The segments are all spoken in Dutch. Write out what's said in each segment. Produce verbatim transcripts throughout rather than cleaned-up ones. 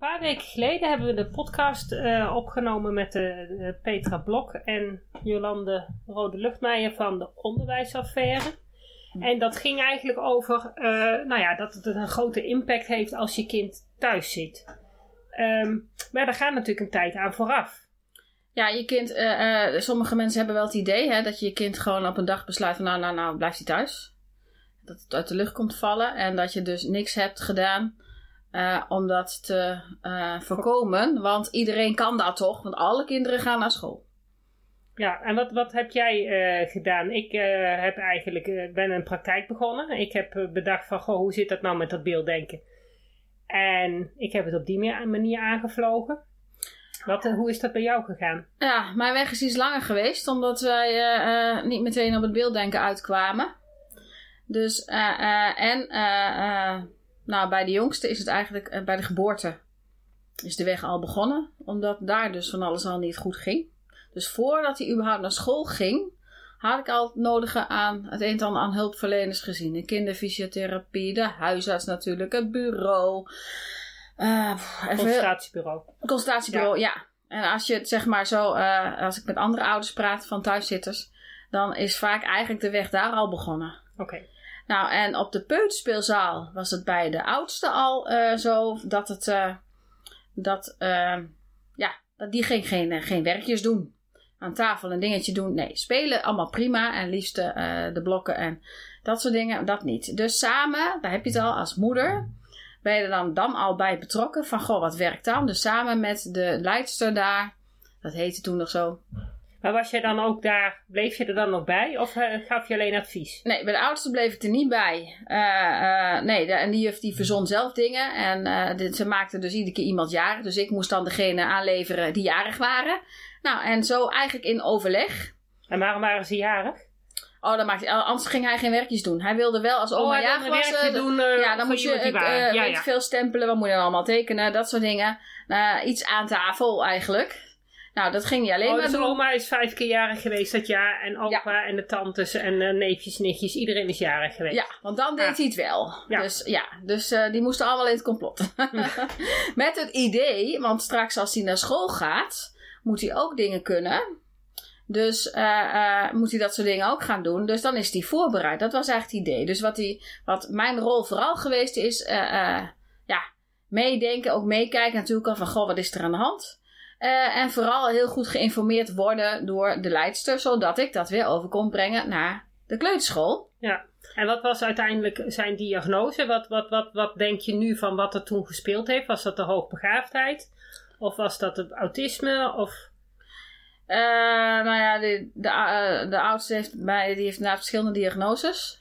paar weken geleden hebben we de podcast uh, opgenomen met de, de Petra Blok en Jolande Rode-Luchtmeijer van de onderwijsaffaire. En dat ging eigenlijk over uh, nou ja, dat het een grote impact heeft als je kind thuis zit. Um, maar daar gaat natuurlijk een tijd aan vooraf. Ja, je kind, uh, uh, sommige mensen hebben wel het idee hè, dat je je kind gewoon op een dag besluit van nou, nou, nou, blijft hij thuis. Dat het uit de lucht komt vallen en dat je dus niks hebt gedaan uh, om dat te uh, voorkomen. Want iedereen kan dat toch, want alle kinderen gaan naar school. Ja, en wat, wat heb jij uh, gedaan? Ik uh, heb eigenlijk, uh, ben een praktijk begonnen. Ik heb uh, bedacht van, goh, hoe zit dat nou met dat beelddenken? En ik heb het op die manier aangevlogen. Wat, uh, hoe is dat bij jou gegaan? Ja, mijn weg is iets langer geweest, omdat wij uh, uh, niet meteen op het beelddenken uitkwamen. Dus, uh, uh, en uh, uh, nou, bij de jongste is het eigenlijk uh, bij de geboorte is de weg al begonnen. Omdat daar dus van alles al niet goed ging. Dus voordat hij überhaupt naar school ging, had ik al het nodige aan het een en ander aan hulpverleners gezien. De kinderfysiotherapie, de huisarts natuurlijk, het bureau. Uh, consultatiebureau. Consultatiebureau, ja. ja. En als je het zeg maar zo, uh, als ik met andere ouders praat van thuiszitters, dan is vaak eigenlijk de weg daar al begonnen. Oké. Okay. Nou, en op de peuterspeelzaal was het bij de oudste al uh, zo dat het, uh, dat, uh, ja, dat die ging geen, uh, geen werkjes doen. Aan tafel een dingetje doen. Nee, spelen allemaal prima. En liefst uh, de blokken en dat soort dingen, dat niet. Dus samen, daar heb je het al als moeder, ben je er dan, dan al bij betrokken van, goh, wat werkt dan? Dus samen met de leidster daar, dat heette toen nog zo. Maar was jij dan ook daar, bleef je er dan nog bij? Of uh, gaf je alleen advies? Nee, bij de oudste bleef ik er niet bij. Uh, uh, nee, de, en die juf die verzon zelf dingen. En uh, dit, ze maakte dus iedere keer iemand jarig. Dus ik moest dan degene aanleveren die jarig waren. Nou, en zo eigenlijk in overleg. En waarom waren ze jarig? Oh, dan maakte, anders ging hij geen werkjes doen. Hij wilde wel als oma oh, jarig was. Uh, doen, uh, ja, dan moet je het, uh, ja, ja. veel stempelen. Wat moet je dan allemaal tekenen? Dat soort dingen. Uh, iets aan tafel eigenlijk. Nou, dat ging niet alleen oh, maar dus doen. Oma is vijf keer jarig geweest dat jaar. En opa ja. en de tantes en uh, neefjes, nichtjes. Iedereen is jarig geweest. Ja, want dan deed ah. hij het wel. Ja. Dus ja, dus uh, die moesten allemaal in het complot. Met het idee, want straks als hij naar school gaat, moet hij ook dingen kunnen. Dus uh, uh, moet hij dat soort dingen ook gaan doen. Dus dan is hij voorbereid. Dat was eigenlijk het idee. Dus wat, die, wat mijn rol vooral geweest is, uh, uh, ja, meedenken, ook meekijken natuurlijk al van, goh, wat is er aan de hand? Uh, en vooral heel goed geïnformeerd worden door de leidster, zodat ik dat weer over kon brengen naar de kleuterschool. Ja, en wat was uiteindelijk zijn diagnose? Wat, wat, wat, wat denk je nu van wat er toen gespeeld heeft? Was dat de hoogbegaafdheid? Of was dat het autisme? Of... Uh, nou ja, de, de, uh, de oudste heeft, bij, die heeft inderdaad verschillende diagnoses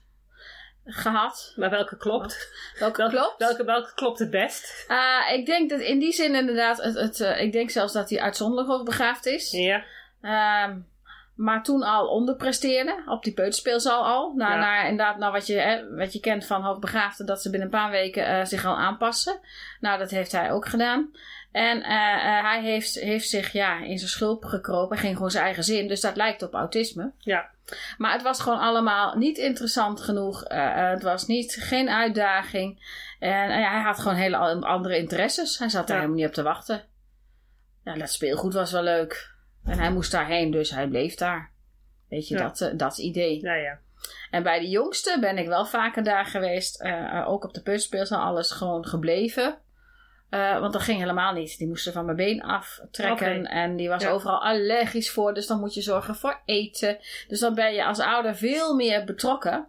gehad. Maar welke klopt? Welke klopt? Welke, welke klopt het best? Uh, ik denk dat in die zin inderdaad, het, het, uh, ik denk zelfs dat hij uitzonderlijk hoogbegaafd is. Ja. Uh, maar toen al onderpresteerde, op die peuterspeelzaal al. Nou, ja. Naar inderdaad, nou wat je, hè, wat je kent van hoogbegaafden, dat ze binnen een paar weken uh, zich al aanpassen. Nou, dat heeft hij ook gedaan. En uh, uh, hij heeft, heeft zich ja, in zijn schulp gekropen. Hij ging gewoon zijn eigen zin. Dus dat lijkt op autisme. Ja. Maar het was gewoon allemaal niet interessant genoeg. Uh, uh, het was niet, geen uitdaging. En uh, ja, hij had gewoon hele andere interesses. Hij zat daar ja. helemaal niet op te wachten. Ja, dat speelgoed was wel leuk. En hij moest daarheen, dus hij bleef daar. Weet je, ja. dat, uh, dat idee. Ja, ja. En bij de jongste ben ik wel vaker daar geweest. Uh, uh, ook op de peuterspeelzaal alles gewoon gebleven. Uh, want dat ging helemaal niet. Die moesten van mijn been aftrekken. Okay. En die was ja. overal allergisch voor. Dus dan moet je zorgen voor eten. Dus dan ben je als ouder veel meer betrokken.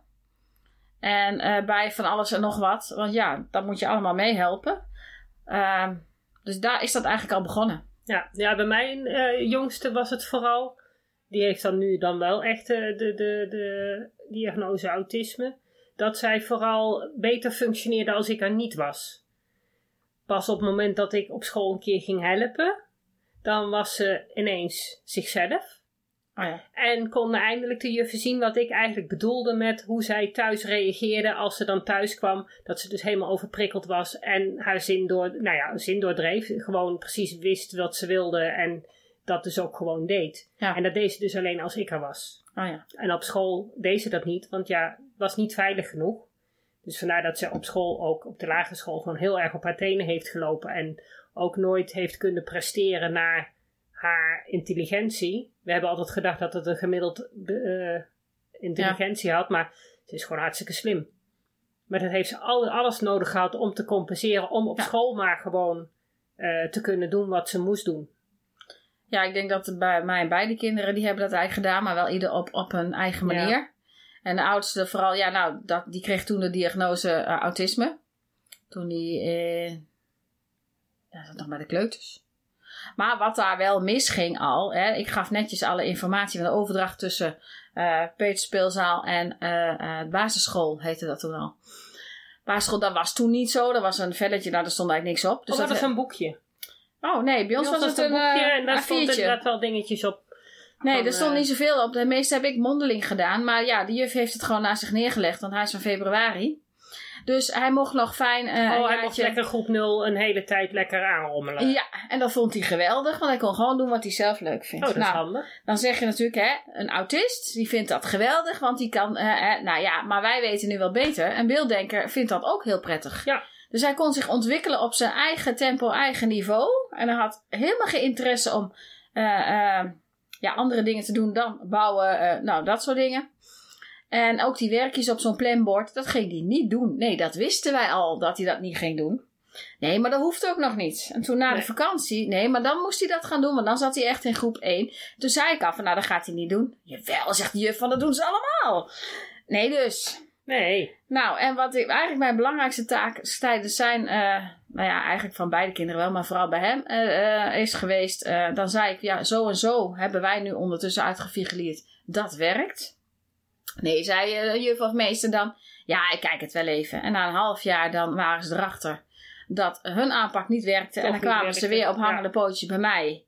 En uh, bij van alles en nog wat. Want ja, dan moet je allemaal meehelpen. Uh, dus daar is dat eigenlijk al begonnen. Ja, ja bij mijn uh, jongste was het vooral. Die heeft dan nu dan wel echt uh, de, de, de diagnose autisme. Dat zij vooral beter functioneerde als ik er niet was. Pas op het moment dat ik op school een keer ging helpen, dan was ze ineens zichzelf. Oh ja. En konden eindelijk de juffen zien wat ik eigenlijk bedoelde met hoe zij thuis reageerde als ze dan thuis kwam. Dat ze dus helemaal overprikkeld was en haar zin, door, nou ja, zin doordreef. Gewoon precies wist wat ze wilde en dat dus ook gewoon deed. Ja. En dat deed ze dus alleen als ik er was. Oh ja. En op school deed ze dat niet, want ja, het was niet veilig genoeg. Dus vandaar dat ze op school, ook op de lagere school, gewoon heel erg op haar tenen heeft gelopen. En ook nooit heeft kunnen presteren naar haar intelligentie. We hebben altijd gedacht dat het een gemiddeld uh, intelligentie ja. had. Maar ze is gewoon hartstikke slim. Maar dat heeft ze al, alles nodig gehad om te compenseren. Om op ja. school maar gewoon uh, te kunnen doen wat ze moest doen. Ja, ik denk dat bij mij beide kinderen, die hebben dat eigenlijk gedaan. Maar wel ieder op, op hun eigen manier. Ja. En de oudste vooral, ja nou, dat, die kreeg toen de diagnose uh, autisme. Toen die, uh, ja, zat nog bij de kleuters. Maar wat daar wel misging al, hè, ik gaf netjes alle informatie van de overdracht tussen uh, peuterspeelzaal en uh, uh, basisschool, heette dat toen al. Basisschool, dat was toen niet zo, dat was een velletje, nou daar stond eigenlijk niks op. Dus oh, dat was een boekje? Oh nee, bij ons was, was het een boekje uh, en daar stond inderdaad wel dingetjes op. Nee, van, er stond uh, niet zoveel op. De meeste heb ik mondeling gedaan. Maar ja, de juf heeft het gewoon naast zich neergelegd. Want hij is van februari. Dus hij mocht nog fijn uh, Oh, hij jaartje... mocht lekker groep nul een hele tijd lekker aanrommelen. Ja, en dat vond hij geweldig. Want hij kon gewoon doen wat hij zelf leuk vindt. Oh, dat nou, is handig. Dan zeg je natuurlijk, hè, een autist, die vindt dat geweldig. Want die kan, uh, uh, nou ja, maar wij weten nu wel beter. Een beelddenker vindt dat ook heel prettig. Ja. Dus hij kon zich ontwikkelen op zijn eigen tempo, eigen niveau. En hij had helemaal geen interesse om... Uh, uh, Ja, andere dingen te doen dan bouwen, uh, nou dat soort dingen. En ook die werkjes op zo'n planbord, dat ging hij niet doen. Nee, dat wisten wij al, dat hij dat niet ging doen. Nee, maar dat hoeft ook nog niet. En toen na nee. de vakantie, nee, maar dan moest hij dat gaan doen, want dan zat hij echt in groep één. Toen zei ik al van, nou dat gaat hij niet doen. Jawel, zegt de juf, van dat doen ze allemaal. Nee dus. Nee. Nou, en wat ik, eigenlijk mijn belangrijkste taken zijn, uh, nou ja, eigenlijk van beide kinderen wel, maar vooral bij hem, uh, uh, is geweest, uh, dan zei ik, ja, zo en zo hebben wij nu ondertussen uitgefigureerd. Dat werkt. Nee, zei uh, juf of meester dan, ja, ik kijk het wel even. En na een half jaar dan waren ze erachter dat hun aanpak niet werkte. Toch en dan kwamen werkte. ze weer op hangende ja. pootjes bij mij.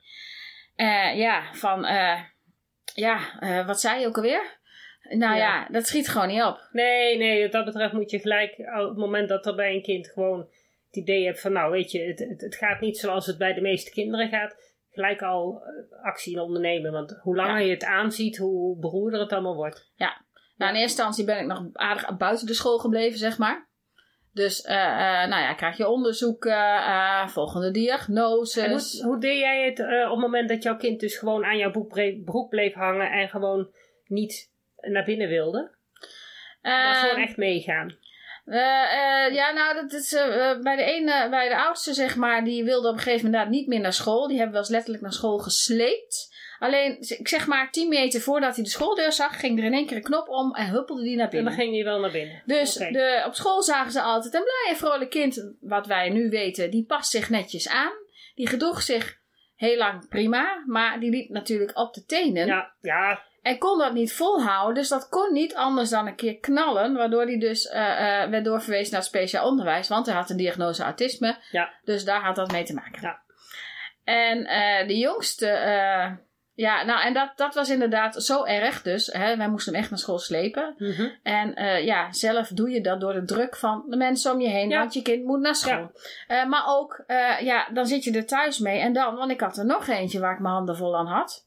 Uh, ja, van, uh, ja, uh, wat zei je ook alweer? Nou ja. ja, dat schiet gewoon niet op. Nee, nee, wat dat betreft moet je gelijk, op het moment dat er bij een kind gewoon het idee hebt van, nou weet je, het, het, het gaat niet zoals het bij de meeste kinderen gaat, gelijk al actie ondernemen. Want hoe langer ja. je het aanziet, hoe beroerder het allemaal wordt. Ja, nou in eerste instantie ben ik nog aardig buiten de school gebleven, zeg maar. Dus, uh, uh, nou ja, krijg je onderzoeken, uh, volgende diagnoses. Hoe, hoe deed jij het uh, op het moment dat jouw kind dus gewoon aan jouw broek bleef hangen en gewoon niet naar binnen wilde? Uh, maar gewoon echt meegaan. Uh, uh, ja, nou, dat is uh, bij de ene, bij de oudste, zeg maar, die wilde op een gegeven moment niet meer naar school. Die hebben we wel eens letterlijk naar school gesleept. Alleen, ik zeg maar, tien meter voordat hij de schooldeur zag, ging er in één keer een knop om en huppelde die naar binnen. En dan ging hij wel naar binnen. Dus okay. de, op school zagen ze altijd een blij en vrolijk kind, wat wij nu weten, die past zich netjes aan. Die gedroeg zich heel lang prima, maar die liep natuurlijk op de tenen. Ja, ja. En kon dat niet volhouden, dus dat kon niet anders dan een keer knallen. Waardoor hij dus uh, uh, werd doorverwezen naar speciaal onderwijs. Want hij had een diagnose autisme. Ja. Dus daar had dat mee te maken. Ja. En uh, de jongste... Uh, ja, nou en dat, dat was inderdaad zo erg dus. Hè, wij moesten hem echt naar school slepen. Mm-hmm. En uh, ja, zelf doe je dat door de druk van de mensen om je heen. Ja. Want je kind moet naar school. Ja. Uh, maar ook, uh, ja, dan zit je er thuis mee. En dan, want ik had er nog eentje waar ik mijn handen vol aan had.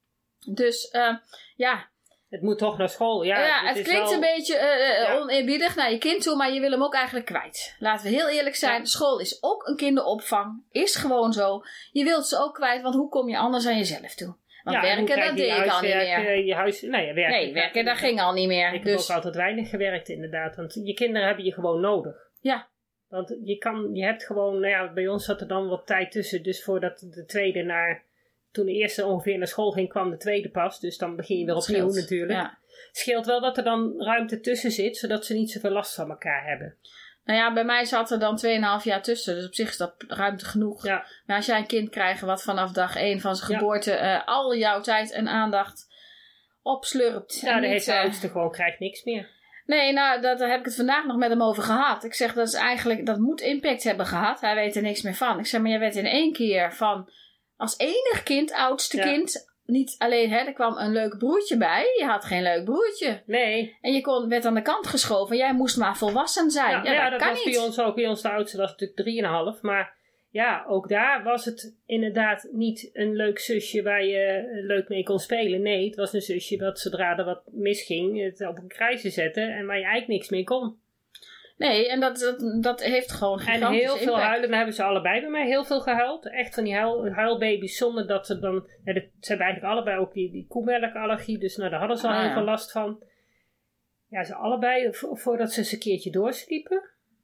Dus uh, ja... Het moet toch naar school, ja. Ja, het, het klinkt wel... een beetje uh, ja. oneerbiedig naar je kind toe, maar je wil hem ook eigenlijk kwijt. Laten we heel eerlijk zijn, ja. School is ook een kinderopvang. Is gewoon zo. Je wilt ze ook kwijt, want hoe kom je anders aan jezelf toe? Want ja, werken, dat deed ik al niet meer. Je huis, nee, je werken, nee, werken, dat ging al niet meer. Ik dus... heb ook altijd weinig gewerkt inderdaad, want je kinderen hebben je gewoon nodig. Ja. Want je kan, je hebt gewoon, nou ja, bij ons zat er dan wat tijd tussen, dus voordat de tweede naar... Toen de eerste ongeveer naar school ging, kwam de tweede pas. Dus dan begin je weer opnieuw scheelt. natuurlijk. Ja. Het scheelt wel dat er dan ruimte tussen zit, zodat ze niet zoveel last van elkaar hebben. Nou ja, bij mij zat er dan tweeënhalf jaar tussen. Dus op zich is dat ruimte genoeg. Ja. Maar als jij een kind krijgt wat vanaf dag één van zijn geboorte ja. uh, al jouw tijd en aandacht opslurpt. Ja, en de niet, hele uh, oudste gewoon krijgt niks meer. Nee, nou, dat, daar heb ik het vandaag nog met hem over gehad. Ik zeg, dat is eigenlijk, dat moet impact hebben gehad. Hij weet er niks meer van. Ik zeg, maar jij werd in één keer van... Als enig kind, oudste ja. kind, niet alleen, hè, er kwam een leuk broertje bij. Je had geen leuk broertje. Nee. En je kon, werd aan de kant geschoven. Jij moest maar volwassen zijn. Ja, ja, ja dat, dat kan was niet. bij ons ook. Bij ons de oudste was natuurlijk drieënhalf. Maar ja, ook daar was het inderdaad niet een leuk zusje waar je leuk mee kon spelen. Nee, het was een zusje dat zodra er wat misging, het op een kruisje zette en waar je eigenlijk niks mee kon. Nee, en dat, dat, dat heeft gewoon gigantische En heel veel impact. huilen, dan hebben ze allebei bij mij heel veel gehuild. Echt van die huil, huilbaby's zonder dat ze dan... Ja, de, ze hebben eigenlijk allebei ook die, die koemelkallergie, dus nou, daar hadden ze al Ah, heel ja. veel last van. Ja, ze allebei, vo- voordat ze eens een keertje doorsliepen.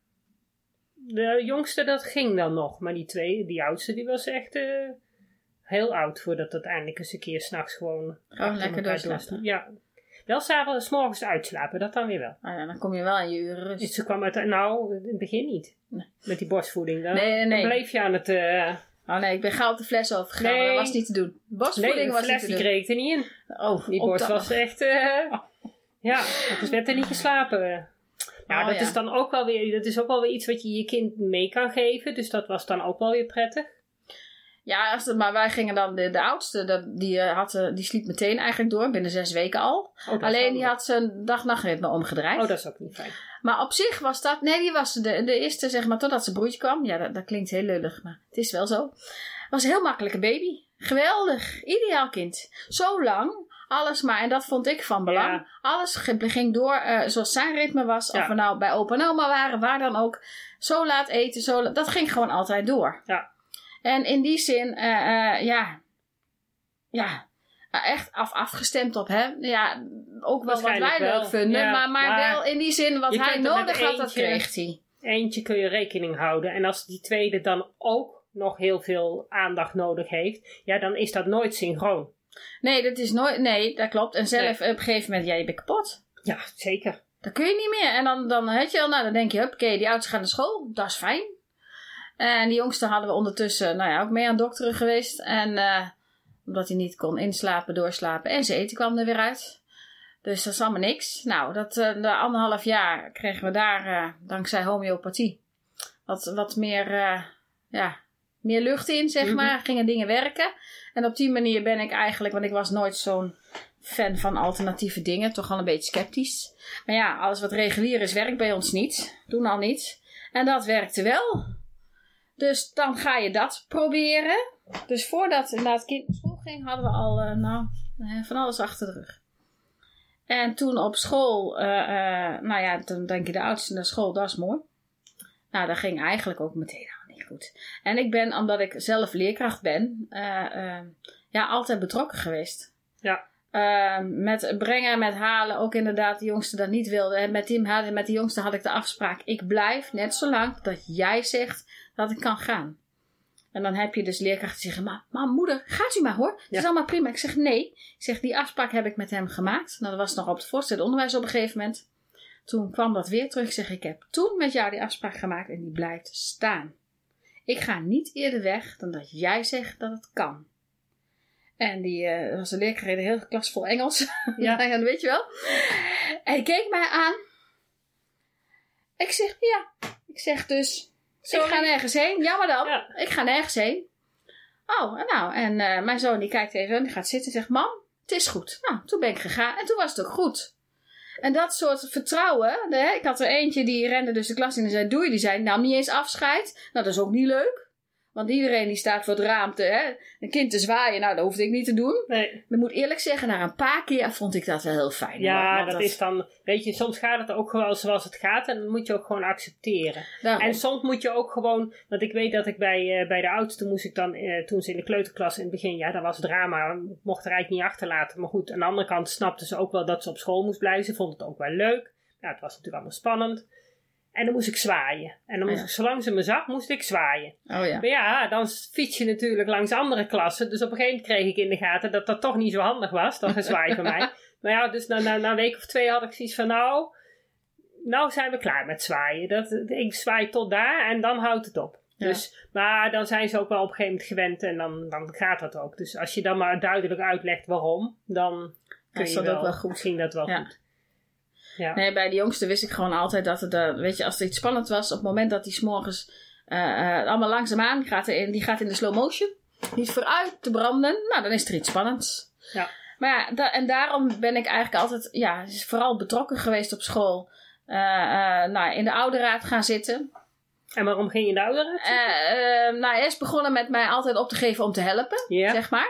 De jongste, dat ging dan nog. Maar die twee, die oudste, die was echt uh, heel oud voordat het eindelijk eens een keer s'nachts gewoon... Gewoon lekker doorslapen. doorsliep. Ja. Wel s'avonds, 's morgens uitslapen, dat dan weer wel. Ah, ja, dan kom je wel aan je uren rust. Dus ze kwam uit, nou, in het begin niet. Nee. Met die borstvoeding. Dan, Nee, nee, nee. dan bleef je aan het... Uh, Oh nee, ik ben gauw op de fles overgegaan, Nee. maar dat was niet te doen. Borstvoeding nee, de was fles niet te die doen. kreeg er niet in. Oh, Die op borst dat was nog. echt... Uh, ja, dus werd er niet geslapen. Ja, Oh, dat ja. is dan ook wel weer... Dat is ook wel weer iets wat je je kind mee kan geven. Dus dat was dan ook wel weer prettig. Ja, als het, maar wij gingen dan, de, de oudste, dat, die, uh, had, uh, die sliep meteen eigenlijk door, binnen zes weken al. Oh, dat is Alleen die handig. had zijn dag-nachtritme omgedraaid. Oh, dat is ook niet fijn. Maar op zich was dat, nee, die was de, de eerste, zeg maar, totdat zijn broertje kwam. Ja, dat, dat klinkt heel lullig, maar het is wel zo. Was een heel makkelijke baby. Geweldig. Ideaal kind. Zo lang. Alles maar. En dat vond ik van belang. Ja. Alles ge- ging door uh, zoals zijn ritme was. Ja. Of we nou bij opa en oma waren. Waar dan ook. Zo laat eten. Zo la- dat ging gewoon altijd door. Ja. En in die zin. Uh, uh, ja. Ja. Uh, echt af, afgestemd op hem. Ja. Ook wel wat wij Waarschijnlijk leuk wel. vinden. Ja, maar, maar, maar wel in die zin. Wat je hij kunt er met nodig had. Dat eentje- kreeg hij. Eentje kun je rekening houden. En als die tweede dan ook nog heel veel aandacht nodig heeft... Ja, dan is dat nooit synchroon. Nee, dat is nooit. Nee, dat klopt. En zelf op een gegeven moment. Ja, je bent kapot. Ja, zeker. Dat kun je niet meer. En dan, dan, weet je wel, nou, dan denk je, oké, die ouders gaan naar school. Dat is fijn. En die jongste hadden we ondertussen, nou ja, ook mee aan dokteren geweest. En uh, omdat hij niet kon inslapen, doorslapen. En zijn eten kwam er weer uit. Dus dat is allemaal niks. Nou, dat, uh, de anderhalf jaar kregen we daar, uh, dankzij homeopathie, wat, wat meer, uh, ja, meer lucht in, zeg Mm-hmm. maar. Gingen dingen werken. En op die manier ben ik eigenlijk, want ik was nooit zo'n fan van alternatieve dingen. Toch al een beetje sceptisch. Maar ja, alles wat regulier is, werkt bij ons niet. Doen al niet. En dat werkte wel. Dus dan ga je dat proberen. Dus voordat inderdaad het kind naar school ging, hadden we al uh, nou, van alles achter de rug. En toen op school, uh, uh, nou ja, toen denk je de oudste naar school, dat is mooi. Nou, dat ging eigenlijk ook meteen al niet goed. En ik ben, omdat ik zelf leerkracht ben, uh, uh, ja, altijd betrokken geweest. Ja. Uh, met brengen, met halen, ook inderdaad de jongste dat niet wilde. En met, die, met de jongste had ik de afspraak, ik blijf net zo lang dat jij zegt dat ik kan gaan. En dan heb je dus leerkrachten die zeggen, maar, maar moeder, gaat u maar hoor. Het Ja. is allemaal prima. Ik zeg nee. Ik zeg, die afspraak heb ik met hem gemaakt. Nou, dat was nog op het voortgezet onderwijs op een gegeven moment. Toen kwam dat weer terug. Ik zeg, ik heb toen met jou die afspraak gemaakt en die blijft staan. Ik ga niet eerder weg dan dat jij zegt dat het kan. En die uh, was een leerkracht in een hele klas vol Engels. Ja. Ja, weet je wel. En hij keek mij aan. Ik zeg, ja. Ik zeg dus, Sorry. ik ga nergens heen. Jammer dan. Ja. Ik ga nergens heen. Oh, en nou. En uh, mijn zoon die kijkt even en die gaat zitten en zegt, mam, het is goed. Nou, toen ben ik gegaan en toen was het ook goed. En dat soort vertrouwen. Hè, ik had er eentje die rende dus de klas in en zei, doei. Die zei, nou, niet eens afscheid. Nou, dat is ook niet leuk. Want iedereen die staat voor het raam te, hè, een kind te zwaaien. Nou, dat hoefde ik niet te doen. Nee. Ik moet eerlijk zeggen, na een paar keer vond ik dat wel heel fijn. Ja, want dat, is dan... Weet je, soms gaat het ook gewoon zoals het gaat. En dat moet je ook gewoon accepteren. Daarom. En soms moet je ook gewoon... Want ik weet dat ik bij, uh, bij de oudste moest ik dan... Uh, toen ze in de kleuterklas in het begin... Ja, dat was drama. Ik mocht er eigenlijk niet achterlaten. Maar goed, aan de andere kant snapte ze ook wel dat ze op school moest blijven. Ze vond het ook wel leuk. Ja, het was natuurlijk allemaal spannend. En dan moest ik zwaaien. En dan moest Ja. ik, zolang ze me zag, moest ik zwaaien. Oh ja. Maar ja, dan fiets je natuurlijk langs andere klassen. Dus op een gegeven moment kreeg ik in de gaten dat dat toch niet zo handig was. Dat gezwaai van mij. Maar ja, dus na, na, na een week of twee had ik zoiets van nou... Nou zijn we klaar met zwaaien. Dat, ik zwaai tot daar en dan houdt het op. Ja. Dus, maar dan zijn ze ook wel op een gegeven moment gewend en dan, dan gaat dat ook. Dus als je dan maar duidelijk uitlegt waarom, dan kun is je dat wel, ook wel goed. ging dat wel Ja. goed. Ja. Nee, bij de jongste wist ik gewoon altijd dat het, uh, weet je, als er iets spannend was, op het moment dat die 's morgens uh, uh, allemaal langzaamaan, die gaat, in, die gaat in de slow motion, niet vooruit te branden, nou, dan is er iets spannends. Ja. Maar ja, da- en daarom ben ik eigenlijk altijd, ja, vooral betrokken geweest op school, uh, uh, nou, in de ouderraad gaan zitten. En waarom ging je in de ouderen? Uh, uh, nou, eerst begonnen met mij altijd op te geven om te helpen, Ja. zeg maar.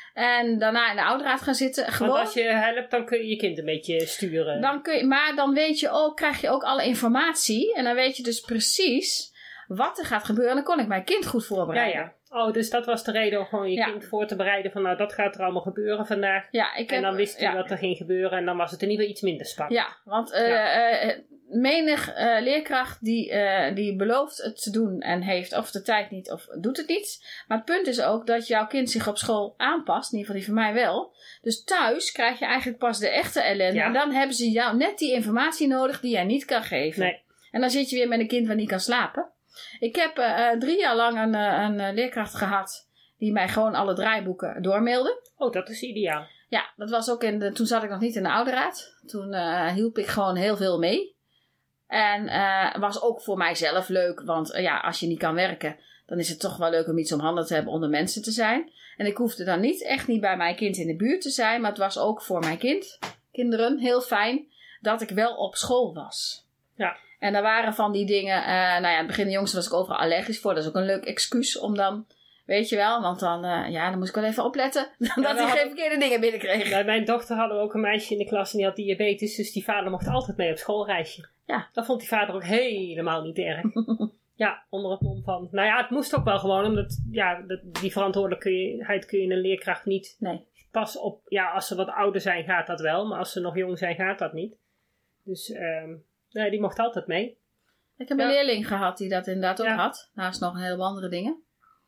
En daarna in de ouderraad gaan zitten. Gewoon, Want als je helpt, dan kun je je kind een beetje sturen. Dan kun je, maar dan weet je ook, krijg je ook alle informatie. En dan weet je dus precies wat er gaat gebeuren. En dan kon ik mijn kind goed voorbereiden. Ja, ja. Oh, dus dat was de reden om gewoon je ja. kind voor te bereiden. Van nou, dat gaat er allemaal gebeuren vandaag. Ja, ik heb, en dan wist hij ja. wat er ging gebeuren. En dan was het in ieder geval iets minder spannend. Ja, want uh, ja. Uh, menig uh, leerkracht die, uh, die belooft het te doen en heeft of de tijd niet of doet het niet. Maar het punt is ook dat jouw kind zich op school aanpast. In ieder geval die van mij wel. Dus thuis krijg je eigenlijk pas de echte ellende. Ja. En dan hebben ze jou net die informatie nodig die jij niet kan geven. Nee. En dan zit je weer met een kind wat niet kan slapen. Ik heb uh, drie jaar lang een, uh, een leerkracht gehad die mij gewoon alle draaiboeken doormailde. Oh, dat is ideaal. Ja, dat was ook in de, toen zat ik nog niet in de ouderraad. Toen uh, hielp ik gewoon heel veel mee. En uh, was ook voor mijzelf leuk, want uh, ja, als je niet kan werken, dan is het toch wel leuk om iets om handen te hebben onder mensen te zijn. En ik hoefde dan niet, echt niet bij mijn kind in de buurt te zijn, maar het was ook voor mijn kind, kinderen heel fijn dat ik wel op school was. Ja. En er waren van die dingen, uh, nou ja, in het begin de jongste was ik overal allergisch voor. Dat is ook een leuk excuus om dan, weet je wel, want dan, uh, ja, dan moest ik wel even opletten dat Ja, hij geen hadden... verkeerde dingen binnenkreeg. Bij mijn dochter hadden we ook een meisje in de klas en die had diabetes, dus die vader mocht altijd mee op schoolreisje. Ja. Dat vond die vader ook helemaal niet erg. Ja, onder het mom van, nou ja, het moest ook wel gewoon, omdat ja, die verantwoordelijkheid kun je in een leerkracht niet Nee. pas op. Ja, als ze wat ouder zijn gaat dat wel, maar als ze nog jong zijn gaat dat niet. Dus um, nee, die mocht altijd mee. Ik heb ja. een leerling gehad die dat inderdaad ook ja. had. Naast nog een heleboel andere dingen.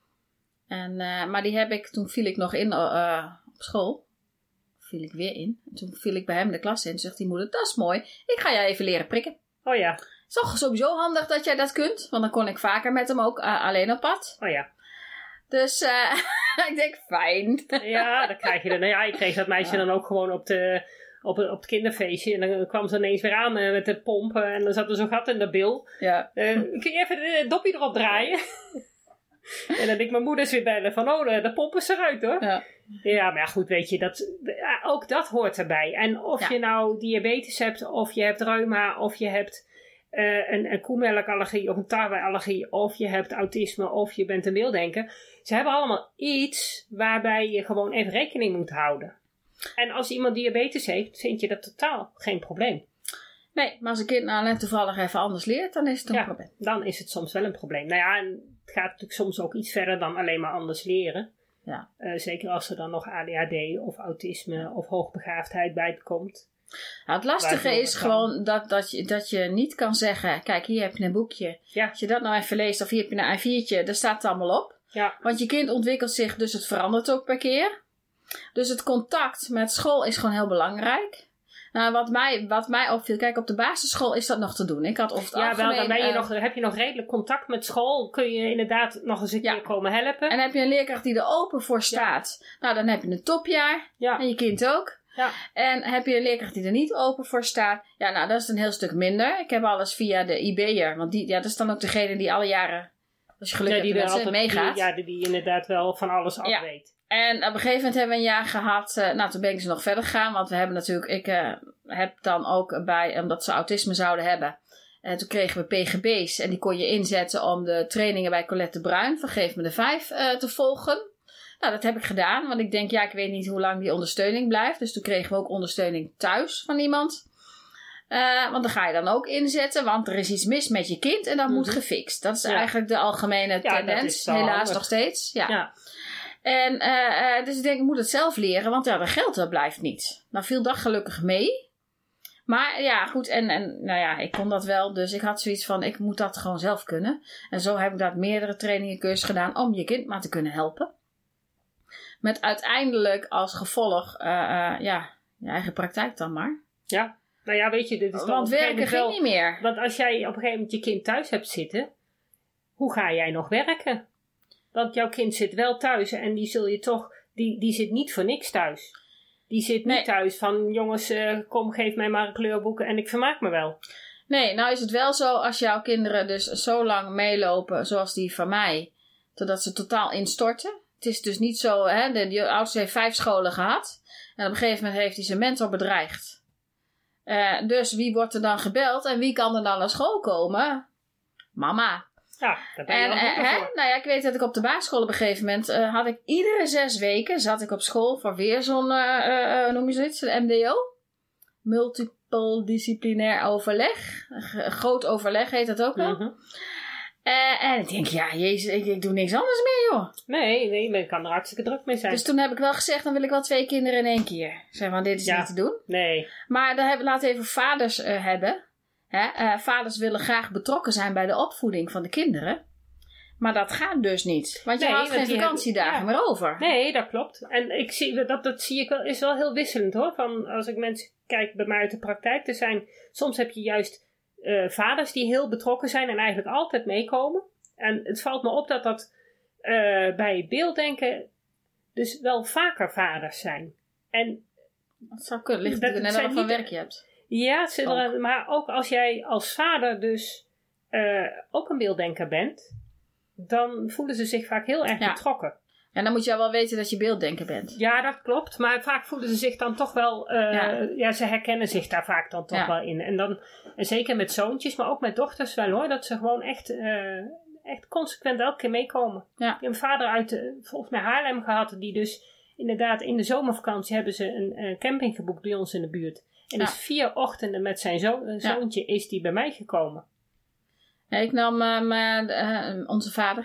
En, uh, maar die heb ik, toen viel ik nog in uh, op school. Viel ik weer in. En toen viel ik bij hem de klas in. Toen zegt die moeder, dat is mooi. Ik ga jou even leren prikken. Oh ja. Het is toch sowieso handig dat jij dat kunt. Want dan kon ik vaker met hem ook uh, alleen op pad. Oh ja. Dus uh, ik denk, fijn. Ja, dan krijg je dan. Nou ja, ik kreeg dat meisje ja. dan ook gewoon op de... Op, op het kinderfeestje. En dan kwam ze ineens weer aan uh, met de pomp. Uh, en dan zat er zo'n gat in de bil. Ja. Uh, kun je even de dopje erop draaien? En dan denk ik mijn moeders weer bellen. Van oh, de, de pomp is eruit hoor. Ja. Ja, maar ja, goed, weet je. Dat, uh, ook dat hoort erbij. En of ja. je nou diabetes hebt. Of je hebt reuma. Of je hebt uh, een, een koemelkallergie. Of een tarweallergie. Of je hebt autisme. Of je bent een wildenker. Ze hebben allemaal iets waarbij je gewoon even rekening moet houden. En als iemand diabetes heeft, vind je dat totaal geen probleem. Nee, maar als een kind nou net toevallig even anders leert, dan is het een ja, probleem. Dan is het soms wel een probleem. Nou ja, en het gaat natuurlijk soms ook iets verder dan alleen maar anders leren. Ja. Uh, zeker als er dan nog A D H D of autisme of hoogbegaafdheid bij komt. Nou, het lastige is gewoon dat, dat, je, dat je niet kan zeggen, kijk hier heb je een boekje. Ja. Als je dat nou even leest of hier heb je een A viertje, daar staat het allemaal op. Ja. Want je kind ontwikkelt zich, dus het verandert ook per keer. Dus het contact met school is gewoon heel belangrijk. Nou, wat mij, wat mij opviel, kijk, op de basisschool is dat nog te doen. Ik had over het ja, algemeen... wel, dan ben je uh, nog, heb je nog redelijk contact met school. Kun je inderdaad nog eens een ja. keer komen helpen. En heb je een leerkracht die er open voor staat. Ja. Nou, dan heb je een topjaar. Ja. En je kind ook. Ja. En heb je een leerkracht die er niet open voor staat. Ja, nou, dat is een heel stuk minder. Ik heb alles via de I B'er. Want die, ja, dat is dan ook degene die alle jaren, als je geluk ja, hebt, die er altijd meegaat. Die, ja, die, die inderdaad wel van alles af ja. weet. En op een gegeven moment hebben we een jaar gehad. Uh, nou, toen ben ik dus nog verder gegaan. Want we hebben natuurlijk... Ik uh, heb dan ook bij... Omdat ze autisme zouden hebben. En toen kregen we P G B's. En die kon je inzetten om de trainingen bij Colette de Bruin van Geef me de Vijf uh, te volgen. Nou, dat heb ik gedaan. Want ik denk, ja, ik weet niet hoe lang die ondersteuning blijft. Dus toen kregen we ook ondersteuning thuis van iemand. Uh, want dan ga je dan ook inzetten. Want er is iets mis met je kind. En dat mm-hmm. moet gefixt. Dat is ja. eigenlijk de algemene ja, tendens. Helaas handig. Nog steeds. Ja. ja. En uh, uh, dus ik denk, ik moet het zelf leren, want ja, dat geld dat blijft niet. Nou viel dat gelukkig mee. Maar ja, goed, en, en nou ja, ik kon dat wel. Dus ik had zoiets van, ik moet dat gewoon zelf kunnen. En zo heb ik dat meerdere trainingencursussen gedaan om je kind maar te kunnen helpen. Met uiteindelijk als gevolg, uh, uh, ja, je eigen praktijk dan maar. Ja, nou ja, weet je, dit is dan want werken ging niet meer. Want als jij op een gegeven moment je kind thuis hebt zitten, hoe ga jij nog werken? Want jouw kind zit wel thuis en die zul je toch... Die, die zit niet voor niks thuis. Die zit niet nee. thuis van... Jongens, uh, kom, geef mij maar een kleurboek en ik vermaak me wel. Nee, nou is het wel zo als jouw kinderen dus zo lang meelopen... zoals die van mij... totdat ze totaal instorten. Het is dus niet zo... Hè, de, de oudste heeft vijf scholen gehad. En op een gegeven moment heeft hij zijn mentor bedreigd. Uh, dus wie wordt er dan gebeld? En wie kan er dan naar school komen? Mama. Ja, daar ben je en, wel uh, goed hè, voor. nou ja, ik weet dat ik op de basisschool op een gegeven moment... Uh, had ik iedere zes weken zat ik op school voor weer zo'n, uh, uh, noem je zoiets, een M D O. Multiple disciplinair overleg. Een groot overleg heet dat ook wel. Mm-hmm. Uh, en ik denk, ja, jezus, ik, ik doe niks anders meer, joh. Nee, nee, men kan er hartstikke druk mee zijn. Dus toen heb ik wel gezegd, dan wil ik wel twee kinderen in één keer. Zeg maar, dit is ja. niet te doen. Nee. Maar dan hebben, laten we even vaders uh, hebben. Hè? Uh, vaders willen graag betrokken zijn bij de opvoeding van de kinderen. Maar dat gaat dus niet. Want je nee, houdt geen vakantiedagen hebben, ja. meer over. Nee, dat klopt. En ik zie, dat, dat zie ik wel, is wel heel wisselend hoor. Van, als ik mensen kijk bij mij uit de praktijk. Er zijn, soms heb je juist uh, vaders die heel betrokken zijn en eigenlijk altijd meekomen. En het valt me op dat dat uh, bij beelddenken dus wel vaker vaders zijn. En dat zou kunnen. Ligt er net aan wat werk je hebt. Ja, ook. Maar ook als jij als vader dus uh, ook een beelddenker bent, dan voelen ze zich vaak heel erg ja. betrokken. En dan moet je wel weten dat je beelddenker bent. Ja, dat klopt. Maar vaak voelen ze zich dan toch wel... Uh, ja. ja, ze herkennen zich daar vaak dan toch ja. wel in. En, dan, en zeker met zoontjes, maar ook met dochters wel hoor. Dat ze gewoon echt, uh, echt consequent elke keer meekomen. Ja. Ik heb een vader uit, uh, volgens mij Haarlem gehad. Die dus inderdaad in de zomervakantie hebben ze een uh, camping geboekt bij ons in de buurt. En ja. dus vier ochtenden met zijn zo- uh, zoontje ja. is die bij mij gekomen. Ik nam uh, mijn, uh, onze vader.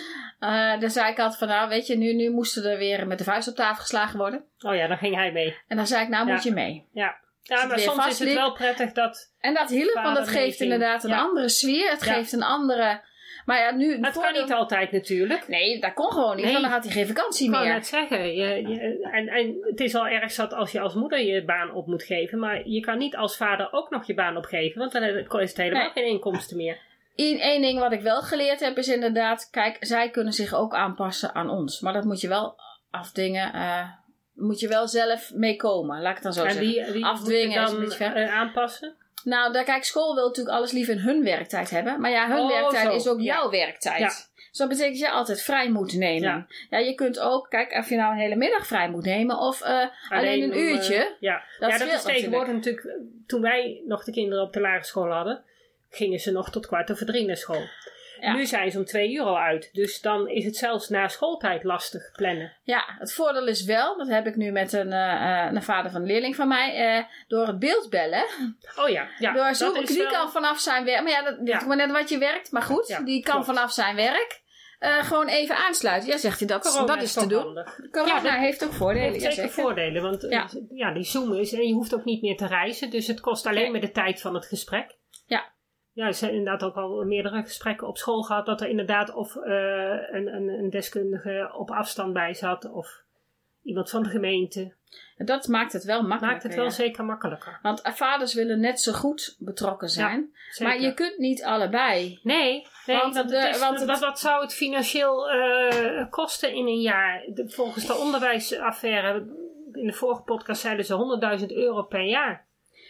Uh, daar zei ik altijd van, nou weet je, nu, nu moesten er weer met de vuist op tafel geslagen worden. Oh ja, dan ging hij mee. En dan zei ik, nou ja. moet je mee. Ja, ja maar soms is het wel prettig dat... En dat hielp, want het geeft inderdaad een ja. andere sfeer. Het ja. geeft een andere... Maar ja, nu... Maar het kan de... niet altijd natuurlijk. Nee, dat kon gewoon niet, nee. want dan had hij geen vakantie meer. Ik kan net zeggen. Je, je, en, en het is al erg zat als je als moeder je baan op moet geven. Maar je kan niet als vader ook nog je baan opgeven. Want dan is het helemaal nee. geen inkomsten meer. Eén ding wat ik wel geleerd heb is inderdaad... Kijk, zij kunnen zich ook aanpassen aan ons. Maar dat moet je wel afdingen... Uh, moet je wel zelf meekomen. Laat ik het dan zo en zeggen. Wie, wie afdwingen dan is een uh, aanpassen? Nou, daar, kijk, school wil natuurlijk alles liever in hun werktijd hebben. Maar ja, hun oh, werktijd zo. is ook ja. jouw werktijd. Ja. Dus dat betekent dat je altijd vrij moet nemen. Ja. ja, je kunt ook, kijk, of je nou een hele middag vrij moet nemen of uh, alleen, alleen een uurtje. Uh, ja, dat, ja, dat is tegenwoordig natuurlijk. natuurlijk. Toen wij nog de kinderen op de lagere school hadden, gingen ze nog tot kwart over drie naar school. Ja. Nu zijn ze om twee uur al uit. Dus dan is het zelfs na schooltijd lastig plannen. Ja, het voordeel is wel, dat heb ik nu met een, uh, een vader van een leerling van mij, uh, door het beeld bellen. Oh ja, ja. Door zo, die wel... kan vanaf zijn werk, maar ja, dat ja. maar net wat je werkt, maar goed, ja, die kan klopt. vanaf zijn werk uh, gewoon even aansluiten. Ja, zegt hij, dat, dat is, is te doen. Handig. Corona ja, dat heeft ook voordelen. Heeft zeker ja, voordelen, want ja. ja, die Zoom is, en je hoeft ook niet meer te reizen, dus het kost alleen nee. maar de tijd van het gesprek. Ja. Ja, er zijn inderdaad ook al meerdere gesprekken op school gehad. Dat er inderdaad of uh, een, een, een deskundige op afstand bij zat. Of iemand van de gemeente. Dat maakt het wel makkelijker. Maakt het wel ja. zeker makkelijker. Want vaders willen net zo goed betrokken zijn. Ja, maar je kunt niet allebei. Nee, nee want, want, de, is, want wat, wat zou het financieel uh, kosten in een jaar? De, volgens de onderwijsaffaire, in de vorige podcast zeiden ze honderdduizend euro per jaar.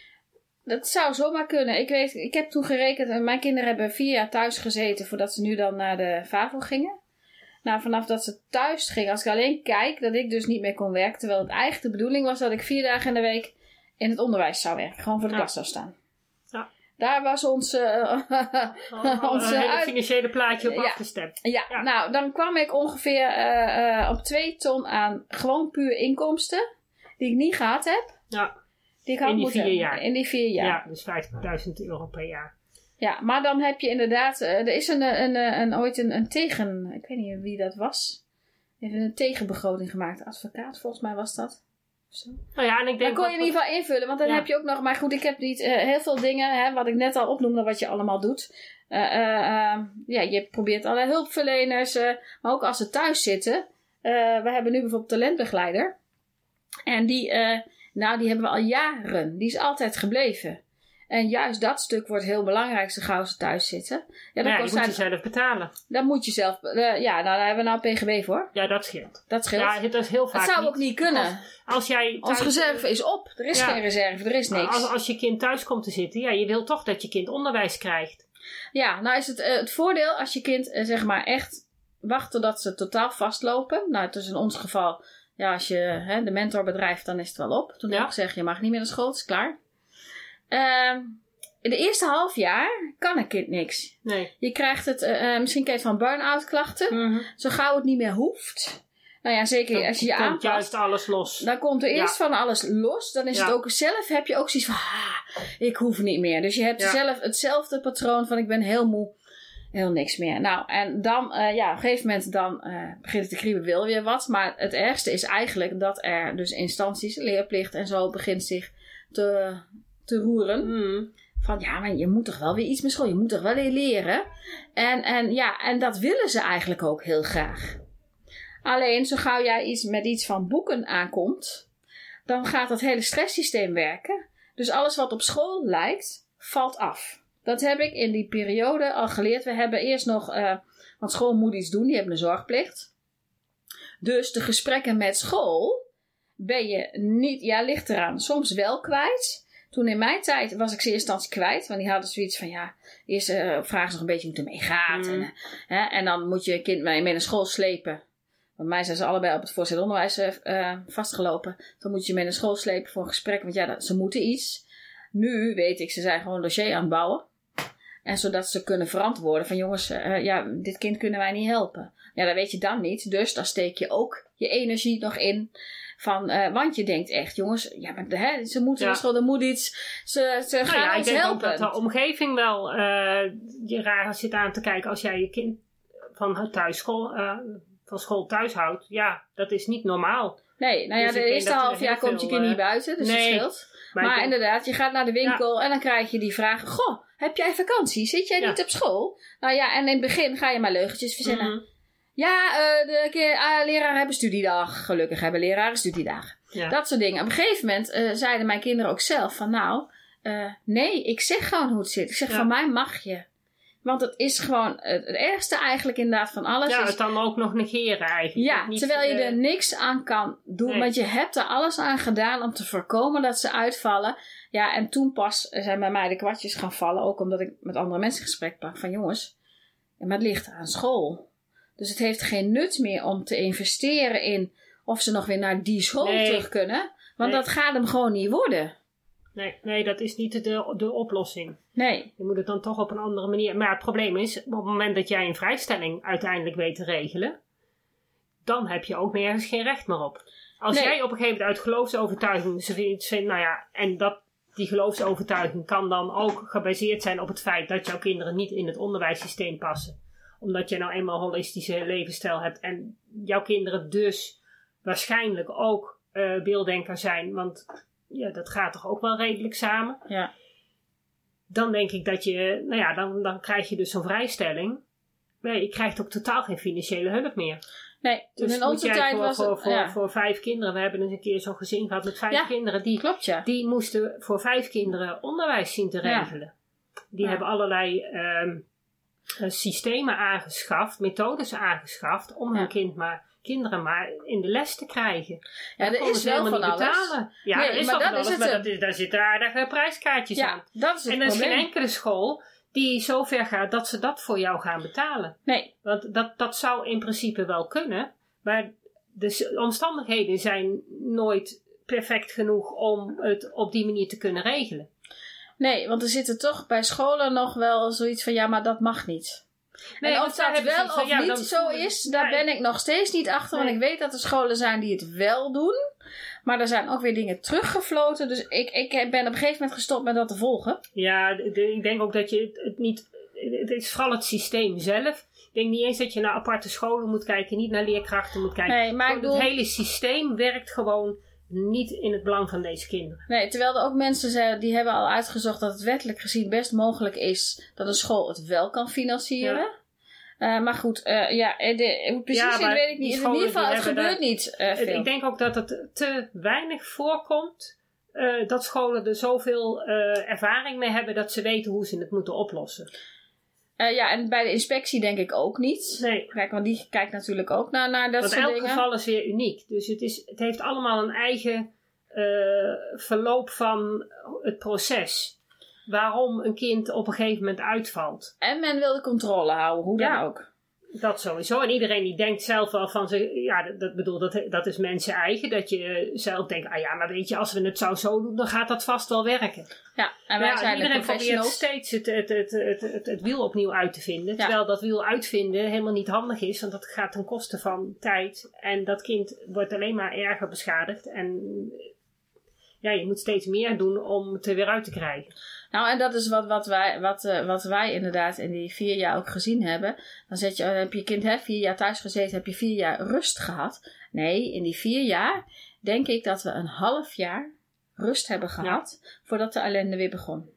Dat zou zomaar kunnen. Ik weet, ik heb toen gerekend en mijn kinderen hebben vier jaar thuis gezeten voordat ze nu dan naar de FAVO gingen. Nou, vanaf dat ze thuis gingen, als ik alleen kijk, dat ik dus niet meer kon werken. Terwijl het eigenlijk de bedoeling was dat ik vier dagen in de week in het onderwijs zou werken. Gewoon voor de ja. klas zou staan. Ja. Daar was ons, uh, oh, ons uh, uit... financiële plaatje op ja. afgestemd. Ja. Ja, nou, dan kwam ik ongeveer uh, uh, op twee ton aan gewoon puur inkomsten. Die ik niet gehad heb. Ja. Die ik had in die moeten, vier jaar. In die vier jaar. Ja, dus vijftigduizend euro per jaar. Ja, maar dan heb je inderdaad... Uh, er is een, een, een, een, ooit een, een tegen... Ik weet niet wie dat was. Die heeft een tegenbegroting gemaakt. Advocaat, volgens mij was dat. Zo. Nou ja, en ik denk dan kon je in ieder geval invullen. Want dan ja. heb je ook nog... Maar goed, ik heb niet uh, heel veel dingen... Hè, wat ik net al opnoemde, wat je allemaal doet. Uh, uh, uh, ja, je probeert alle hulpverleners. Uh, maar ook als ze thuis zitten. Uh, we hebben nu bijvoorbeeld talentbegeleider. En die... Uh, Nou, die hebben we al jaren. Die is altijd gebleven. En juist dat stuk wordt heel belangrijk, zo gauw ze thuis zitten. Ja, dan ja kost die moet je zelf betalen. Dat moet je zelf... Uh, ja, nou, daar hebben we nou P G B voor. Ja, dat scheelt. Dat scheelt. Ja, dat is heel vaak Dat zou niet. ook niet kunnen. Als, als jij thuis, Ons reserve is op. Er is ja. geen reserve, er is niks. Als, als je kind thuis komt te zitten, ja, je wil toch dat je kind onderwijs krijgt. Ja, nou is het, uh, het voordeel als je kind, uh, zeg maar, echt wacht totdat ze totaal vastlopen. Nou, het is in ons geval... Ja, als je hè, de mentor bedrijft, dan is het wel op. Toen ja. heb ik gezegd, je mag niet meer naar school, het is klaar. Uh, in de eerste half jaar kan een kind niks. Nee. Je krijgt het, uh, misschien ken je het van burn-out klachten. Mm-hmm. Zo gauw het niet meer hoeft. Nou ja, zeker dan als je je aanpast. Dan komt juist alles los. Dan komt er eerst ja. van alles los. Dan is ja. het ook zelf, heb je ook zoiets van, ah, ik hoef niet meer. Dus je hebt ja. zelf hetzelfde patroon van, ik ben heel moe. Heel niks meer. Nou, en dan, uh, ja, op een gegeven moment dan uh, begint het te kriebelen, wil weer wat. Maar het ergste is eigenlijk dat er dus instanties, leerplicht en zo, begint zich te, te roeren. Mm. Van, ja, maar je moet toch wel weer iets met school. Je moet toch wel weer leren. En, en ja, en dat willen ze eigenlijk ook heel graag. Alleen, zo gauw jij iets met iets van boeken aankomt, dan gaat dat hele stresssysteem werken. Dus alles wat op school lijkt, valt af. Dat heb ik in die periode al geleerd. We hebben eerst nog, uh, want school moet iets doen, die hebben een zorgplicht. Dus de gesprekken met school ben je niet, ja, ligt eraan, soms wel kwijt. Toen in mijn tijd was ik ze in eerste instantie kwijt, want die hadden zoiets van, ja, eerst uh, vragen ze nog een beetje hoe het ermee gaat. Mm. En, uh, hè, en dan moet je je kind mee naar school slepen. Want mij zijn ze allebei op het voortgezet onderwijs uh, vastgelopen. Dan moet je je mee naar school slepen voor een gesprek, want ja, dat, ze moeten iets. Nu weet ik, ze zijn gewoon een dossier aan het bouwen. En zodat ze kunnen verantwoorden van jongens, uh, ja, dit kind kunnen wij niet helpen. Ja, dat weet je dan niet. Dus dan steek je ook je energie nog in. Van, uh, want je denkt echt, jongens, ja, maar hè, ze moeten ja. school, er moet iets. Ze, ze gaan nou ja, ons ik denk helpen. Ook dat de omgeving wel uh, je raar zit aan te kijken als jij je kind van thuisschool, uh, van school thuis houdt. Ja, dat is niet normaal. Nee, nou ja, dus de eerste half jaar komt je kind niet buiten, dus nee, dat scheelt. Maar, maar denk, inderdaad, je gaat naar de winkel ja. en dan krijg je die vraag, goh, heb jij vakantie? Zit jij ja. niet op school? Nou ja, en in het begin ga je maar leugentjes verzinnen. Mm-hmm. Ja, uh, de uh, leraren hebben studiedag. Gelukkig hebben leraren studiedag. Ja. Dat soort dingen. Op een gegeven moment uh, zeiden mijn kinderen ook zelf van, nou, uh, nee, ik zeg gewoon hoe het zit. Ik zeg, ja. van mij mag je. Want het is gewoon het, het ergste eigenlijk inderdaad van alles. Ja, is, het dan ook nog negeren eigenlijk. Ja, niet, terwijl je uh, er niks aan kan doen. Nee. Want je hebt er alles aan gedaan om te voorkomen dat ze uitvallen. Ja, en toen pas zijn bij mij de kwartjes gaan vallen. Ook omdat ik met andere mensen gesprek pak. Van jongens, maar het ligt aan school. Dus het heeft geen nut meer om te investeren in of ze nog weer naar die school nee. terug kunnen. Want nee. dat gaat hem gewoon niet worden. Nee, nee, dat is niet de, de oplossing. Nee. Je moet het dan toch op een andere manier. Maar het probleem is, op het moment dat jij een vrijstelling uiteindelijk weet te regelen, dan heb je ook nergens geen recht meer op. Als nee. jij op een gegeven moment uit geloofsovertuiging vindt, nou ja, en dat, die geloofsovertuiging kan dan ook gebaseerd zijn op het feit dat jouw kinderen niet in het onderwijssysteem passen. Omdat je nou eenmaal een holistische levensstijl hebt en jouw kinderen dus waarschijnlijk ook uh, beelddenker zijn, want ja, dat gaat toch ook wel redelijk samen. Ja. Dan denk ik dat je, nou ja, dan, dan krijg je dus zo'n vrijstelling. Maar je krijgt ook totaal geen financiële hulp meer. Nee, dus in onze tijd voor, was voor, het... voor, ja. voor vijf kinderen, we hebben eens een keer zo'n gezin gehad met vijf ja, kinderen. Die, klopt, ja. die moesten voor vijf kinderen onderwijs zien te regelen. Ja. Die ja. hebben allerlei um, systemen aangeschaft, methodes aangeschaft om ja. hun kind maar... kinderen maar in de les te krijgen. Ja, er is wel van alles. Betalen. Ja, nee, er is wel van alles, maar dat is, daar zitten aardige prijskaartjes ja, aan. Dat is het en er is probleem. geen enkele school die zo ver gaat dat ze dat voor jou gaan betalen. Nee. Want dat, dat zou in principe wel kunnen, maar de omstandigheden zijn nooit perfect genoeg om het op die manier te kunnen regelen. Nee, want er zitten toch bij scholen nog wel zoiets van, ja, maar dat mag niet. Nee, en of dat wel of ja, niet zo is, daar ben ik nog steeds niet achter. Nee. Want ik weet dat er scholen zijn die het wel doen. Maar er zijn ook weer dingen teruggefloten. Dus ik, ik ben op een gegeven moment gestopt met dat te volgen. Ja, de, ik denk ook dat je het, het niet... Het is vooral het systeem zelf. Ik denk niet eens dat je naar aparte scholen moet kijken. Niet naar leerkrachten moet kijken. Nee, maar ik bedoel, het hele systeem werkt gewoon niet in het belang van deze kinderen. Nee, terwijl er ook mensen zijn die hebben al uitgezocht dat het wettelijk gezien best mogelijk is dat een school het wel kan financieren. Ja. Uh, maar goed, uh, ja, de, hoe precies ja, zit, weet ik niet. In ieder geval, het gebeurt daar, niet uh, veel. Ik denk ook dat het te weinig voorkomt uh, dat scholen er zoveel uh, ervaring mee hebben dat ze weten hoe ze het moeten oplossen. Uh, ja, en bij de inspectie denk ik ook niet. Nee. Kijk, want die kijkt natuurlijk ook naar, naar dat want soort elk dingen. elk geval is weer uniek. Dus het, is, het heeft allemaal een eigen uh, verloop van het proces. Waarom een kind op een gegeven moment uitvalt. En men wil de controle houden, hoe ja. dan ook. Dat sowieso. En iedereen die denkt zelf wel van zich, ja, dat, dat bedoel, dat, dat is mensen eigen. Dat je zelf denkt, ah ja, maar weet je, als we het zou zo doen, dan gaat dat vast wel werken. Ja, en wij ja, zijn iedereen de professionals. probeert steeds het, het, het, het, het, het wiel opnieuw uit te vinden. Ja. Terwijl dat wiel uitvinden helemaal niet handig is, want dat gaat ten koste van tijd. En dat kind wordt alleen maar erger beschadigd. En ja, je moet steeds meer doen om het er weer uit te krijgen. Nou, en dat is wat, wat, wij, wat, uh, wat wij inderdaad in die vier jaar ook gezien hebben. Dan zet je, uh, heb je kind hè, vier jaar thuis gezeten, heb je vier jaar rust gehad. Nee, in die vier jaar denk ik dat we een half jaar rust hebben gehad ja. voordat de ellende weer begon.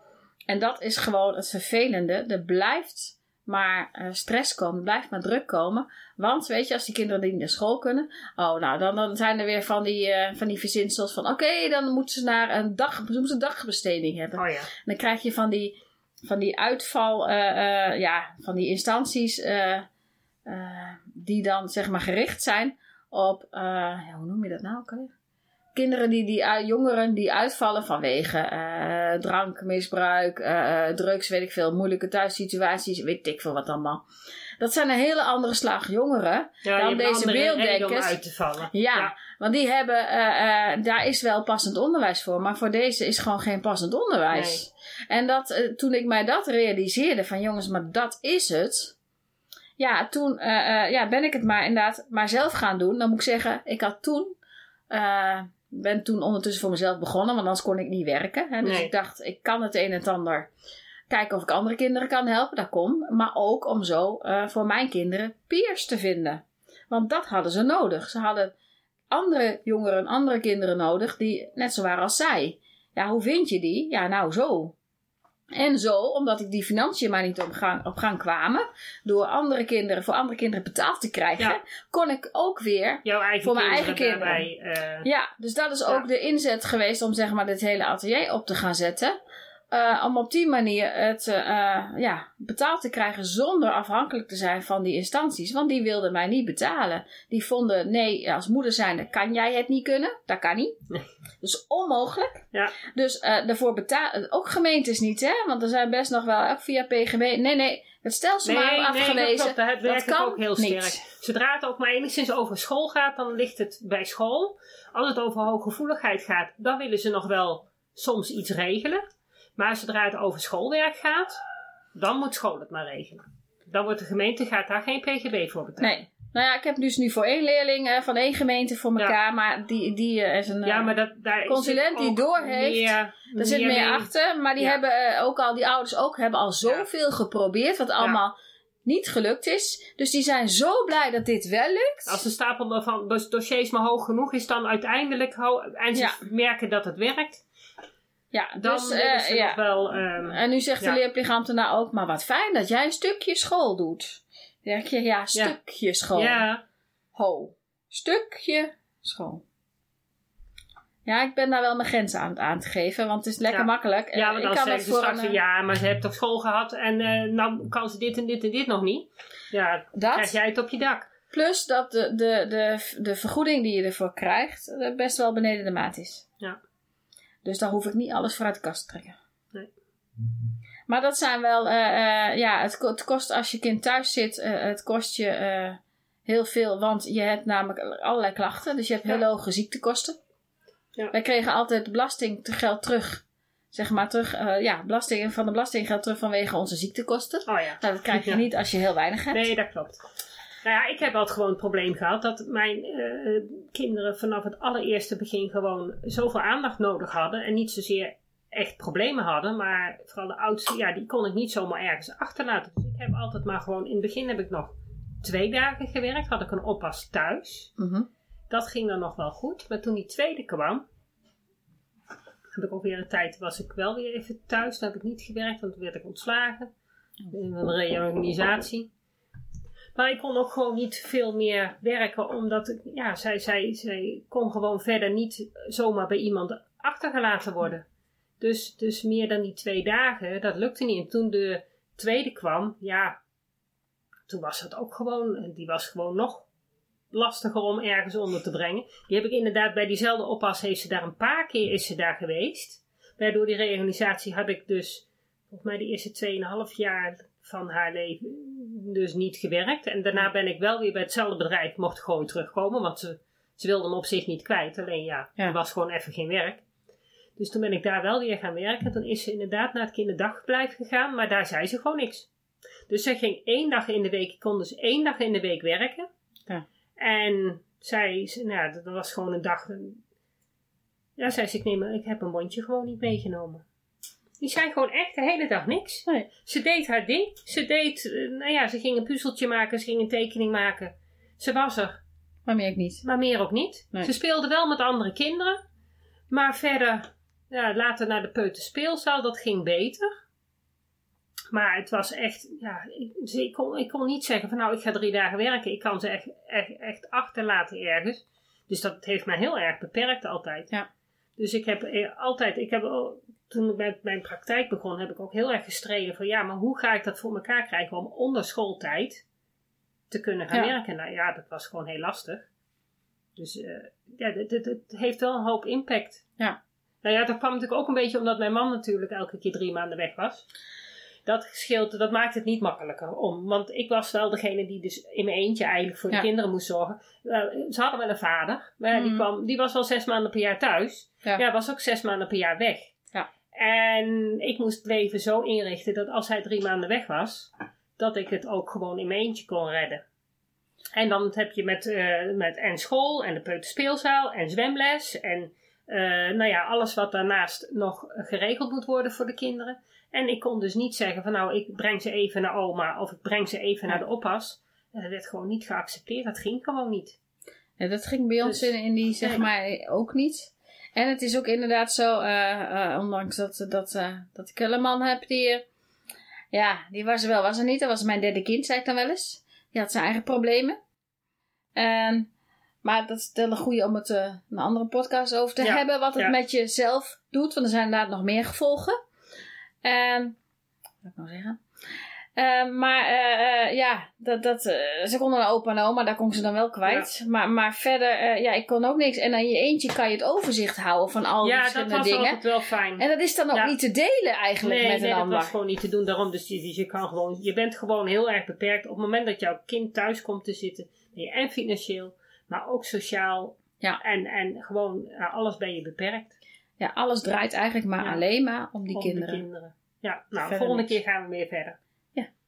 En dat is gewoon het vervelende. Er blijft maar uh, stress komen, blijft maar druk komen. Want weet je, als die kinderen niet naar school kunnen. Oh, nou, dan, dan zijn er weer van die, uh, van die verzinsels van oké, okay, dan moeten ze naar een dag, ze moeten een dagbesteding hebben. Oh ja. En dan krijg je van die, van die uitval, uh, uh, ja, van die instanties uh, uh, die dan zeg maar gericht zijn op, uh, ja, hoe noem je dat nou ook alweer? Kinderen, die, die, uh, jongeren die uitvallen vanwege uh, drankmisbruik, uh, drugs, weet ik veel, moeilijke thuissituaties, weet ik veel wat allemaal. Dat zijn een hele andere slag jongeren ja, dan deze beelddenkers. Om uit te vallen. Ja, ja, want die hebben, uh, uh, daar is wel passend onderwijs voor, maar voor deze is gewoon geen passend onderwijs. Nee. En dat, uh, toen ik mij dat realiseerde, van jongens, maar dat is het. Ja, toen uh, uh, ja, ben ik het maar inderdaad maar zelf gaan doen. Dan moet ik zeggen, ik had toen... Uh, ben toen ondertussen voor mezelf begonnen, want anders kon ik niet werken. Hè? Dus nee. ik dacht, ik kan het een en het ander kijken of ik andere kinderen kan helpen. Dat kon. Maar ook om zo uh, voor mijn kinderen peers te vinden. Want dat hadden ze nodig. Ze hadden andere jongeren, andere kinderen nodig die net zo waren als zij. Ja, hoe vind je die? Ja, nou zo. En zo, omdat ik die financiën maar niet op gang, op gang kwamen, door andere kinderen, voor andere kinderen betaald te krijgen, ja. kon ik ook weer Jouw eigen voor mijn eigen kinderen. Daarbij, uh, ja, dus dat is ja. ook de inzet geweest om zeg maar dit hele atelier op te gaan zetten. Uh, om op die manier het uh, ja, betaald te krijgen zonder afhankelijk te zijn van die instanties. Want die wilden mij niet betalen. Die vonden, nee, als moeder zijnde kan jij het niet kunnen. Dat kan niet. Nee. Dus onmogelijk. Ja. Dus uh, daarvoor betalen, ook gemeentes niet, hè. Want er zijn best nog wel, ook via P G B. Nee, nee, het stelselmatig nee, afgewezen. Nee, dat, dat, dat werkt ook heel sterk. Niet. Zodra het ook maar enigszins over school gaat, dan ligt het bij school. Als het over hooggevoeligheid gaat, dan willen ze nog wel soms iets regelen. Maar zodra het over schoolwerk gaat, dan moet school het maar regelen. Dan wordt de gemeente, gaat daar geen P G B voor betalen. Nee. Nou ja, ik heb dus nu voor één leerling uh, van één gemeente voor elkaar. Ja. Maar die, die uh, is een uh, ja, maar dat, daar consulent die doorheeft. Daar zit meer mee achter. Maar die ja. hebben uh, ook al, die ouders ook, hebben al zoveel ja. geprobeerd. Wat allemaal ja. niet gelukt is. Dus die zijn zo blij dat dit wel lukt. Als de stapel van dossiers maar hoog genoeg is, dan uiteindelijk ho- en ze ja. merken dat het werkt. Ja, dan dus, uh, uh, ja. nog wel... Um, en nu zegt ja. de leerplichtambtenaar ook, maar wat fijn dat jij een stukje school doet. Dan denk je, ja, stukje ja. school. Ja. Ho, stukje school. Ja, ik ben daar wel mijn grenzen aan, aan te geven, want het is lekker ja. makkelijk. Ja, want dan zeggen ze straks, een, ja, maar ze heeft toch school gehad en uh, nou kan ze dit en dit en dit nog niet. Ja, dan krijg jij het op je dak. Plus dat de, de, de, de vergoeding die je ervoor krijgt best wel beneden de maat is. Ja. Dus daar hoef ik niet alles voor uit de kast te trekken. Nee. Maar dat zijn wel, uh, uh, ja, het, het kost als je kind thuis zit, uh, het kost je uh, heel veel. Want je hebt namelijk allerlei klachten. Dus je hebt ja. heel hoge ziektekosten. Ja. Wij kregen altijd belastinggeld terug. Zeg maar terug, uh, ja, belasting, van de belastinggeld terug vanwege onze ziektekosten. Oh ja. Nou, dat krijg je ja. niet als je heel weinig hebt. Nee, dat klopt. Nou ja, ik heb altijd gewoon het probleem gehad dat mijn uh, kinderen vanaf het allereerste begin gewoon zoveel aandacht nodig hadden. En niet zozeer echt problemen hadden, maar vooral de oudste, ja, die kon ik niet zomaar ergens achterlaten. Dus ik heb altijd maar gewoon, in het begin heb ik nog twee dagen gewerkt, had ik een oppas thuis. Mm-hmm. Dat ging dan nog wel goed. Maar toen die tweede kwam, heb ik ook weer een tijd, was ik wel weer even thuis. Dan heb ik niet gewerkt, want toen werd ik ontslagen. In een reorganisatie. Maar ik kon ook gewoon niet veel meer werken, omdat ik, ja, zij, zij, zij kon gewoon verder niet zomaar bij iemand achtergelaten worden. Dus, dus meer dan die twee dagen, dat lukte niet. En toen de tweede kwam, ja, toen was het ook gewoon, die was gewoon nog lastiger om ergens onder te brengen. Die heb ik inderdaad bij diezelfde oppas, heeft ze daar een paar keer is ze daar geweest. Waardoor die reorganisatie had ik dus, volgens mij de eerste tweeënhalf jaar van haar leven dus niet gewerkt. En daarna ben ik wel weer bij hetzelfde bedrijf, mocht gewoon terugkomen. Want ze, ze wilde me op zich niet kwijt. Alleen ja, ja, er was gewoon even geen werk. Dus toen ben ik daar wel weer gaan werken. Toen is ze inderdaad naar het kinderdagverblijf gegaan. Maar daar zei ze gewoon niks. Dus ze ging één dag in de week. Ik kon dus één dag in de week werken. Ja. En zij, nou, dat was gewoon een dag. Ja, zei ze, ik, neem, ik heb een mondje gewoon niet meegenomen. Die zei gewoon echt de hele dag niks. Nee. Ze deed haar ding. Ze deed, nou ja, ze ging een puzzeltje maken. Ze ging een tekening maken. Ze was er. Maar meer ook niet. Maar meer ook niet. Nee. Ze speelde wel met andere kinderen. Maar verder, ja, later naar de peuterspeelzaal. Dat ging beter. Maar het was echt, ja, ik, dus ik, kon, ik kon niet zeggen van nou, ik ga drie dagen werken. Ik kan ze echt, echt, echt achterlaten ergens. Dus dat heeft mij heel erg beperkt altijd. Ja. Dus ik heb altijd, ik heb, toen ik met mijn praktijk begon, heb ik ook heel erg gestreden van ja, maar hoe ga ik dat voor elkaar krijgen om onder schooltijd te kunnen gaan ja. werken? Nou ja, dat was gewoon heel lastig. Dus uh, ja, het, het, het heeft wel een hoop impact. Ja. Nou ja, dat kwam natuurlijk ook een beetje omdat mijn man natuurlijk elke keer drie maanden weg was. Dat scheelt, dat maakt het niet makkelijker om. Want ik was wel degene die dus in mijn eentje eigenlijk voor de ja. kinderen moest zorgen. Uh, ze hadden wel een vader. Maar mm. die, kwam, die was wel zes maanden per jaar thuis. Ja, ja was ook zes maanden per jaar weg. Ja. En ik moest het leven zo inrichten dat als hij drie maanden weg was, dat ik het ook gewoon in mijn eentje kon redden. En dan heb je met, uh, met en school en de peuterspeelzaal en zwemles. En uh, nou ja, alles wat daarnaast nog geregeld moet worden voor de kinderen. En ik kon dus niet zeggen van nou, ik breng ze even naar oma of ik breng ze even ja. naar de oppas. Dat werd gewoon niet geaccepteerd. Dat ging gewoon niet. Ja, dat ging bij ons dus, in, in die zeg maar ook niet. En het is ook inderdaad zo, uh, uh, ondanks dat, dat, uh, dat ik een man heb die, uh, ja, die was er wel, was er niet. Dat was mijn derde kind, zei ik dan wel eens. Die had zijn eigen problemen. En, maar dat is wel een goede om het uh, een andere podcast over te ja. hebben. Wat het ja. met jezelf doet. Want er zijn inderdaad nog meer gevolgen. En, wat wil ik nou zeggen? Uh, maar uh, uh, ja, dat, dat, uh, ze konden naar opa en oma, daar kon ze dan wel kwijt. Ja. Maar, maar verder, uh, ja, ik kon ook niks. En aan je eentje kan je het overzicht houden van al die ja, verschillende dingen. Ja, dat was altijd wel fijn. En dat is dan ook ja. niet te delen eigenlijk nee, met nee, een ander. Nee, dat was gewoon niet te doen. Daarom, dus je, dus je, kan gewoon, je bent gewoon heel erg beperkt. Op het moment dat jouw kind thuis komt te zitten, ben je en financieel, maar ook sociaal. Ja. En, en gewoon, uh, alles ben je beperkt. Ja, alles draait eigenlijk maar ja. alleen maar om die om kinderen. De kinderen. Ja, nou, de volgende niks. keer gaan we weer verder. Ja,